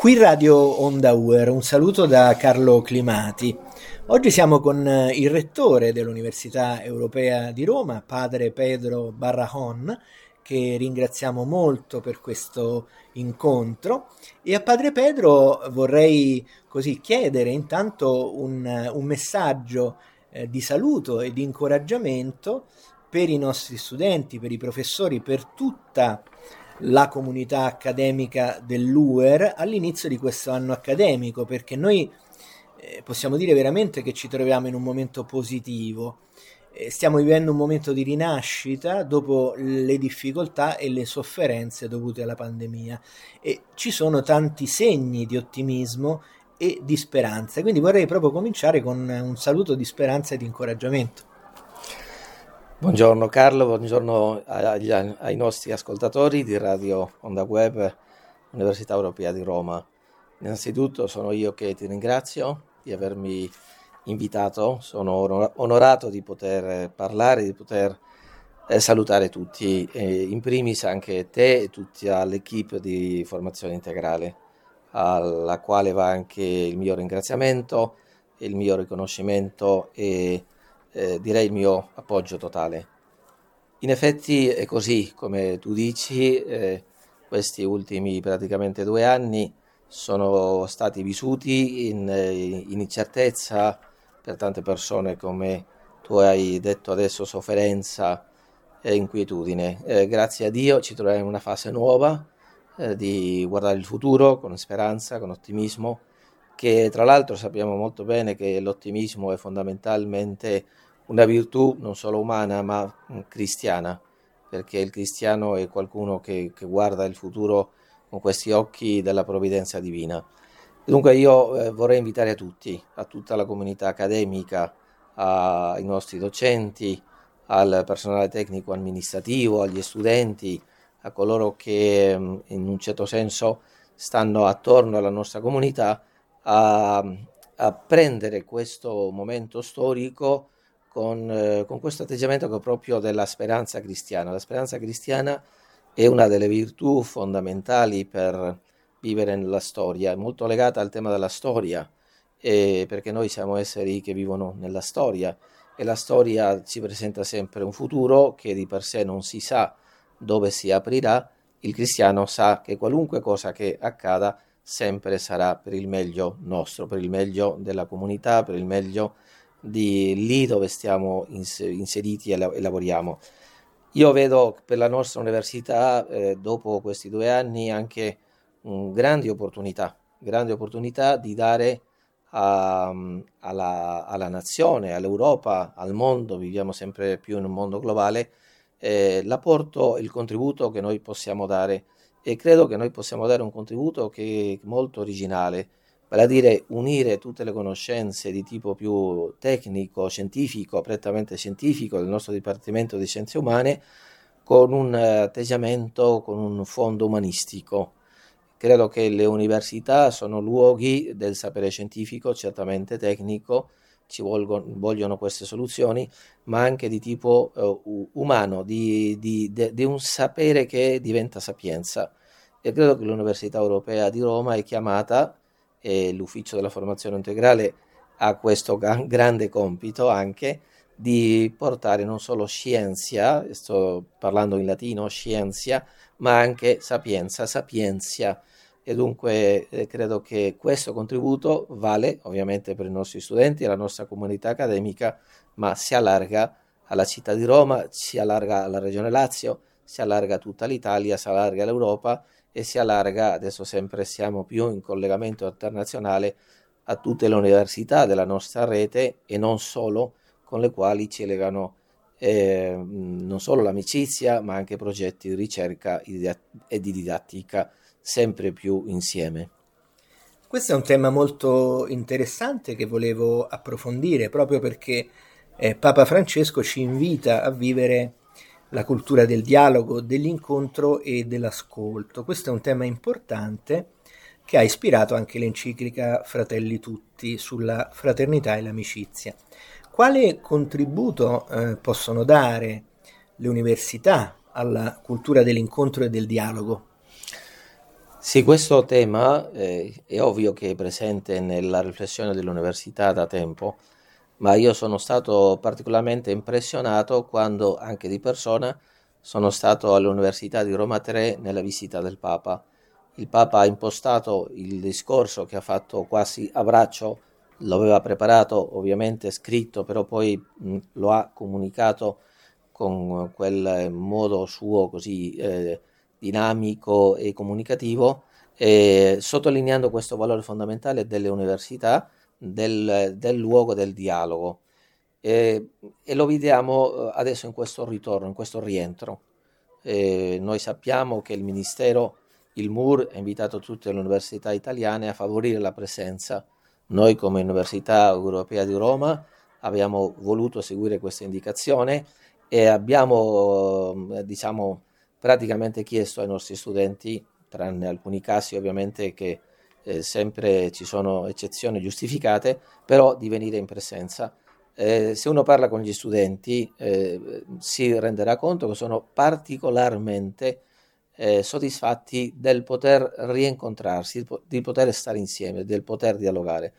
Qui Radio Onda UR, un saluto da Carlo Climati. Oggi siamo con il rettore dell'Università Europea di Roma, padre Pedro Barrahón, che ringraziamo molto per questo incontro, e a padre Pedro vorrei così chiedere intanto un messaggio di saluto e di incoraggiamento per i nostri studenti, per i professori, per tutta la comunità accademica dell'UER all'inizio di questo anno accademico, perché noi possiamo dire veramente che ci troviamo in un momento positivo. Stiamo vivendo un momento di rinascita dopo le difficoltà e le sofferenze dovute alla pandemia, e ci sono tanti segni di ottimismo e di speranza, quindi vorrei proprio cominciare con un saluto di speranza e di incoraggiamento. Buongiorno Carlo, buongiorno ai nostri ascoltatori di Radio Onda Web, Università Europea di Roma. Innanzitutto sono io che ti ringrazio di avermi invitato, sono onorato di poter parlare, di poter salutare tutti, in primis anche te e tutta l'equipe di formazione integrale, alla quale va anche il mio ringraziamento, il mio riconoscimento e direi il mio appoggio totale. In effetti è così, come tu dici, questi ultimi praticamente 2 anni sono stati vissuti in incertezza per tante persone, come tu hai detto adesso, sofferenza e inquietudine. Grazie a Dio ci troviamo in una fase nuova di guardare il futuro con speranza, con ottimismo, che tra l'altro sappiamo molto bene che l'ottimismo è fondamentalmente una virtù non solo umana ma cristiana, perché il cristiano è qualcuno che guarda il futuro con questi occhi della provvidenza divina. Dunque io vorrei invitare a tutti, a tutta la comunità accademica, ai nostri docenti, al personale tecnico amministrativo, agli studenti, a coloro che in un certo senso stanno attorno alla nostra comunità, a prendere questo momento storico con questo atteggiamento che è proprio della speranza cristiana. La speranza cristiana è una delle virtù fondamentali per vivere nella storia, è molto legata al tema della storia, perché noi siamo esseri che vivono nella storia e la storia ci presenta sempre un futuro che di per sé non si sa dove si aprirà. Il cristiano sa che qualunque cosa che accada sempre sarà per il meglio nostro, per il meglio della comunità, per il meglio di lì dove stiamo inseriti e lavoriamo. Io vedo per la nostra università dopo questi 2 anni anche grandi opportunità di dare alla nazione, all'Europa, al mondo, viviamo sempre più in un mondo globale, l'apporto, il contributo che noi possiamo dare, e credo che noi possiamo dare un contributo che è molto originale, vale a dire unire tutte le conoscenze di tipo più tecnico, scientifico, prettamente scientifico del nostro Dipartimento di Scienze Umane con un atteggiamento, con un fondo umanistico. Credo che le università sono luoghi del sapere scientifico, certamente tecnico, ci vogliono queste soluzioni, ma anche di tipo umano, di un sapere che diventa sapienza. E credo che l'Università Europea di Roma è chiamata, e l'Ufficio della Formazione Integrale ha questo grande compito anche di portare non solo scienza, sto parlando in latino, scienza, ma anche sapienza, sapientia. E dunque credo che questo contributo vale ovviamente per i nostri studenti e la nostra comunità accademica, ma si allarga alla città di Roma, si allarga alla regione Lazio, si allarga a tutta l'Italia, si allarga all'Europa e si allarga, adesso sempre siamo più in collegamento internazionale, a tutte le università della nostra rete e non solo, con le quali ci legano non solo l'amicizia ma anche progetti di ricerca e di didattica sempre più insieme. Questo è un tema molto interessante che volevo approfondire proprio perché Papa Francesco ci invita a vivere la cultura del dialogo, dell'incontro e dell'ascolto. Questo è un tema importante che ha ispirato anche l'enciclica Fratelli Tutti sulla fraternità e l'amicizia. Quale contributo possono dare le università alla cultura dell'incontro e del dialogo? Sì, questo tema è ovvio che è presente nella riflessione dell'università da tempo, ma io sono stato particolarmente impressionato quando anche di persona sono stato all'Università di Roma 3 nella visita del Papa. Il Papa ha impostato il discorso che ha fatto quasi a braccio, lo aveva preparato ovviamente scritto, però poi lo ha comunicato con quel modo suo così dinamico e comunicativo, sottolineando questo valore fondamentale delle università, del luogo del dialogo. E lo vediamo adesso in questo ritorno, in questo rientro. Noi sappiamo che il Ministero, il MUR, ha invitato tutte le università italiane a favorire la presenza. Noi come Università Europea di Roma abbiamo voluto seguire questa indicazione e abbiamo, diciamo, praticamente chiesto ai nostri studenti, tranne alcuni casi ovviamente che sempre ci sono eccezioni giustificate, però di venire in presenza. Se uno parla con gli studenti si renderà conto che sono particolarmente soddisfatti del poter rincontrarsi, di poter stare insieme, del poter dialogare.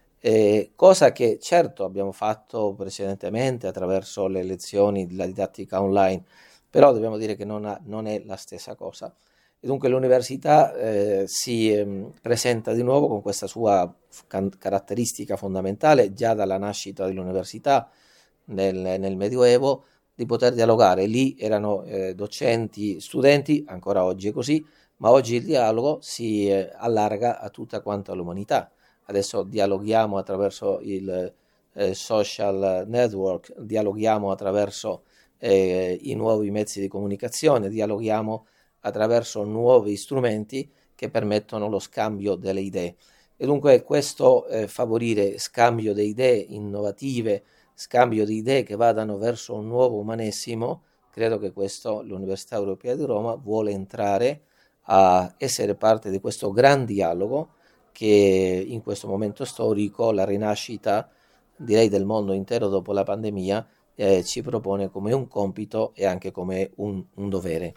Cosa che certo abbiamo fatto precedentemente attraverso le lezioni della didattica online, però dobbiamo dire che non è la stessa cosa. E dunque l'università si presenta di nuovo con questa sua caratteristica fondamentale già dalla nascita dell'università nel Medioevo, di poter dialogare. Lì erano docenti, studenti, ancora oggi è così, ma oggi il dialogo si allarga a tutta quanta l'umanità. Adesso dialoghiamo attraverso il social network, dialoghiamo attraverso i nuovi mezzi di comunicazione, dialoghiamo attraverso nuovi strumenti che permettono lo scambio delle idee. E dunque questo favorire scambio di idee innovative, scambio di idee che vadano verso un nuovo umanesimo, credo che questo l'Università Europea di Roma vuole entrare a essere parte di questo gran dialogo che in questo momento storico, la rinascita direi del mondo intero dopo la pandemia, ci propone come un compito e anche come un dovere.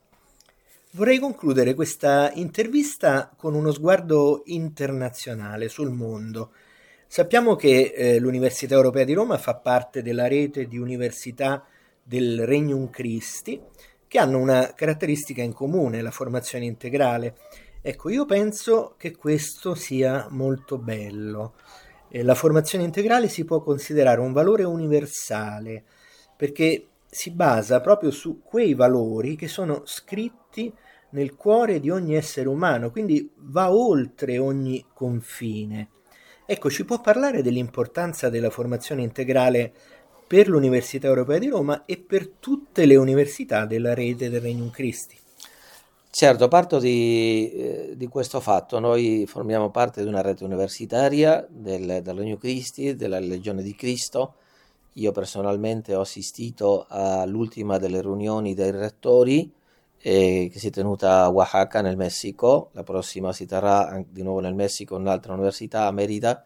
Vorrei concludere questa intervista con uno sguardo internazionale sul mondo. Sappiamo che l'Università Europea di Roma fa parte della rete di università del Regnum Christi, che hanno una caratteristica in comune, la formazione integrale. Ecco, io penso che questo sia molto bello. La formazione integrale si può considerare un valore universale perché si basa proprio su quei valori che sono scritti nel cuore di ogni essere umano, quindi va oltre ogni confine. Ecco, ci può parlare dell'importanza della formazione integrale per l'Università Europea di Roma e per tutte le università della rete del Regnum Christi? Certo, parto di questo fatto. Noi formiamo parte di una rete universitaria del Regno Christi, della Legione di Cristo. Io personalmente ho assistito all'ultima delle riunioni dei rettori che si è tenuta a Oaxaca nel Messico. La prossima si terrà di nuovo nel Messico in un'altra università, a Merida.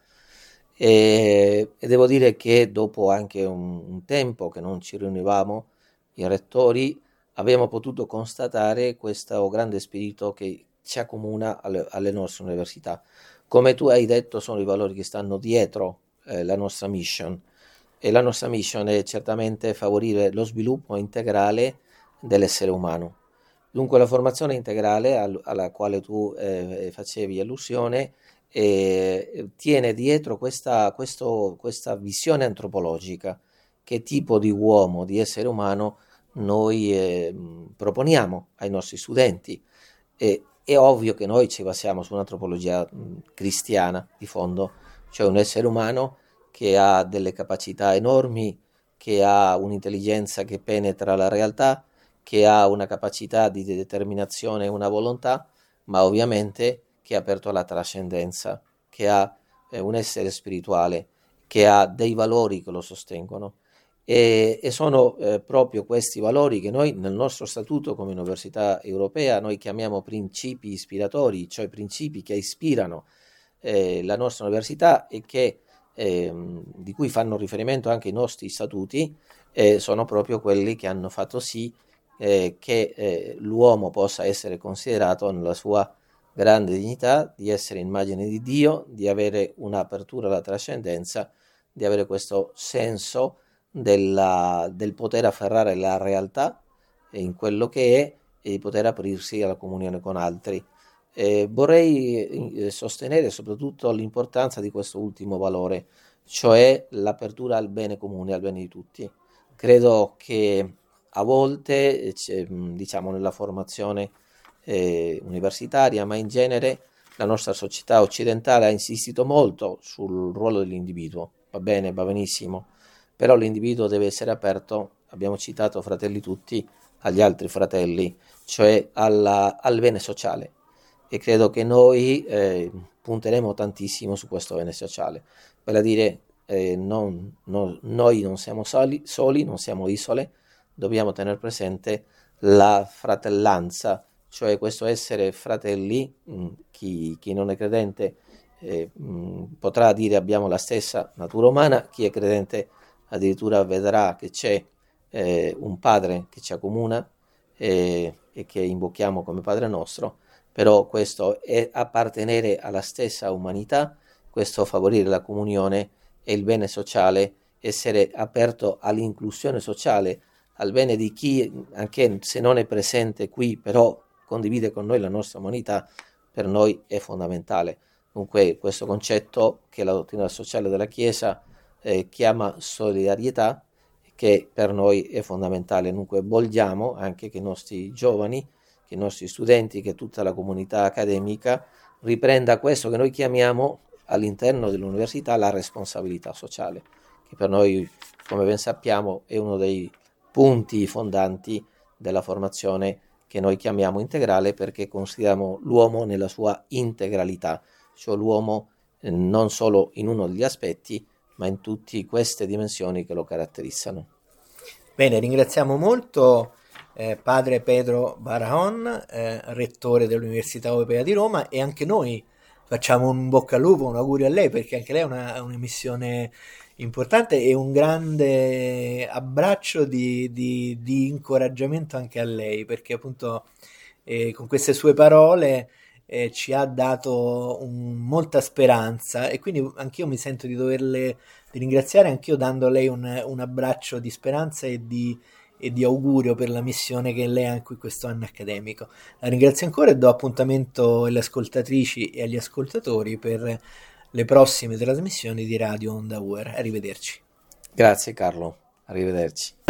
E devo dire che dopo anche un tempo che non ci riunivamo, i rettori, abbiamo potuto constatare questo grande spirito che ci accomuna alle nostre università. Come tu hai detto, sono i valori che stanno dietro la nostra mission, e la nostra mission è certamente favorire lo sviluppo integrale dell'essere umano. Dunque la formazione integrale alla quale tu facevi allusione tiene dietro questa visione antropologica, che tipo di uomo, di essere umano noi proponiamo ai nostri studenti. È ovvio che noi ci basiamo su un'antropologia cristiana di fondo, cioè un essere umano che ha delle capacità enormi, che ha un'intelligenza che penetra la realtà, che ha una capacità di determinazione e una volontà, ma ovviamente che è aperto alla trascendenza, che ha un essere spirituale, che ha dei valori che lo sostengono. E sono proprio questi valori che noi nel nostro statuto come Università Europea noi chiamiamo principi ispiratori, cioè principi che ispirano la nostra università e che, di cui fanno riferimento anche i nostri statuti, sono proprio quelli che hanno fatto sì che l'uomo possa essere considerato nella sua grande dignità, di essere immagine di Dio, di avere un'apertura alla trascendenza, di avere questo senso del poter afferrare la realtà in quello che è e di poter aprirsi alla comunione con altri. Vorrei sostenere soprattutto l'importanza di questo ultimo valore, cioè l'apertura al bene comune, al bene di tutti. Credo che a volte, diciamo, nella formazione universitaria, ma in genere la nostra società occidentale ha insistito molto sul ruolo dell'individuo. Va bene, va benissimo, però l'individuo deve essere aperto, abbiamo citato Fratelli Tutti, agli altri fratelli, cioè al bene sociale. E credo che noi punteremo tantissimo su questo bene sociale, per dire noi non siamo soli, non siamo isole, dobbiamo tenere presente la fratellanza, cioè questo essere fratelli. Chi non è credente potrà dire abbiamo la stessa natura umana, chi è credente addirittura vedrà che c'è un padre che ci accomuna e che invochiamo come Padre nostro, però questo è appartenere alla stessa umanità, questo favorire la comunione e il bene sociale, essere aperto all'inclusione sociale, al bene di chi, anche se non è presente qui, però condivide con noi la nostra umanità, per noi è fondamentale. Dunque questo concetto che la dottrina sociale della Chiesa chiama solidarietà, che per noi è fondamentale. Dunque vogliamo anche che i nostri giovani, che i nostri studenti, che tutta la comunità accademica riprenda questo che noi chiamiamo all'interno dell'università la responsabilità sociale, che per noi, come ben sappiamo, è uno dei punti fondanti della formazione che noi chiamiamo integrale, perché consideriamo l'uomo nella sua integralità, cioè l'uomo non solo in uno degli aspetti, ma in tutte queste dimensioni che lo caratterizzano. Bene, ringraziamo molto padre Pedro Barahon, rettore dell'Università Europea di Roma, e anche noi facciamo un bocca al lupo, un augurio a lei, perché anche lei è una missione importante, e un grande abbraccio di incoraggiamento anche a lei, perché appunto con queste sue parole ci ha dato molta speranza, e quindi anch'io mi sento di doverle ringraziare, anch'io dando a lei un abbraccio di speranza e di augurio per la missione che lei ha anche in questo anno accademico. La ringrazio ancora e do appuntamento alle ascoltatrici e agli ascoltatori per le prossime trasmissioni di Radio Onda UR. Arrivederci. Grazie Carlo, arrivederci.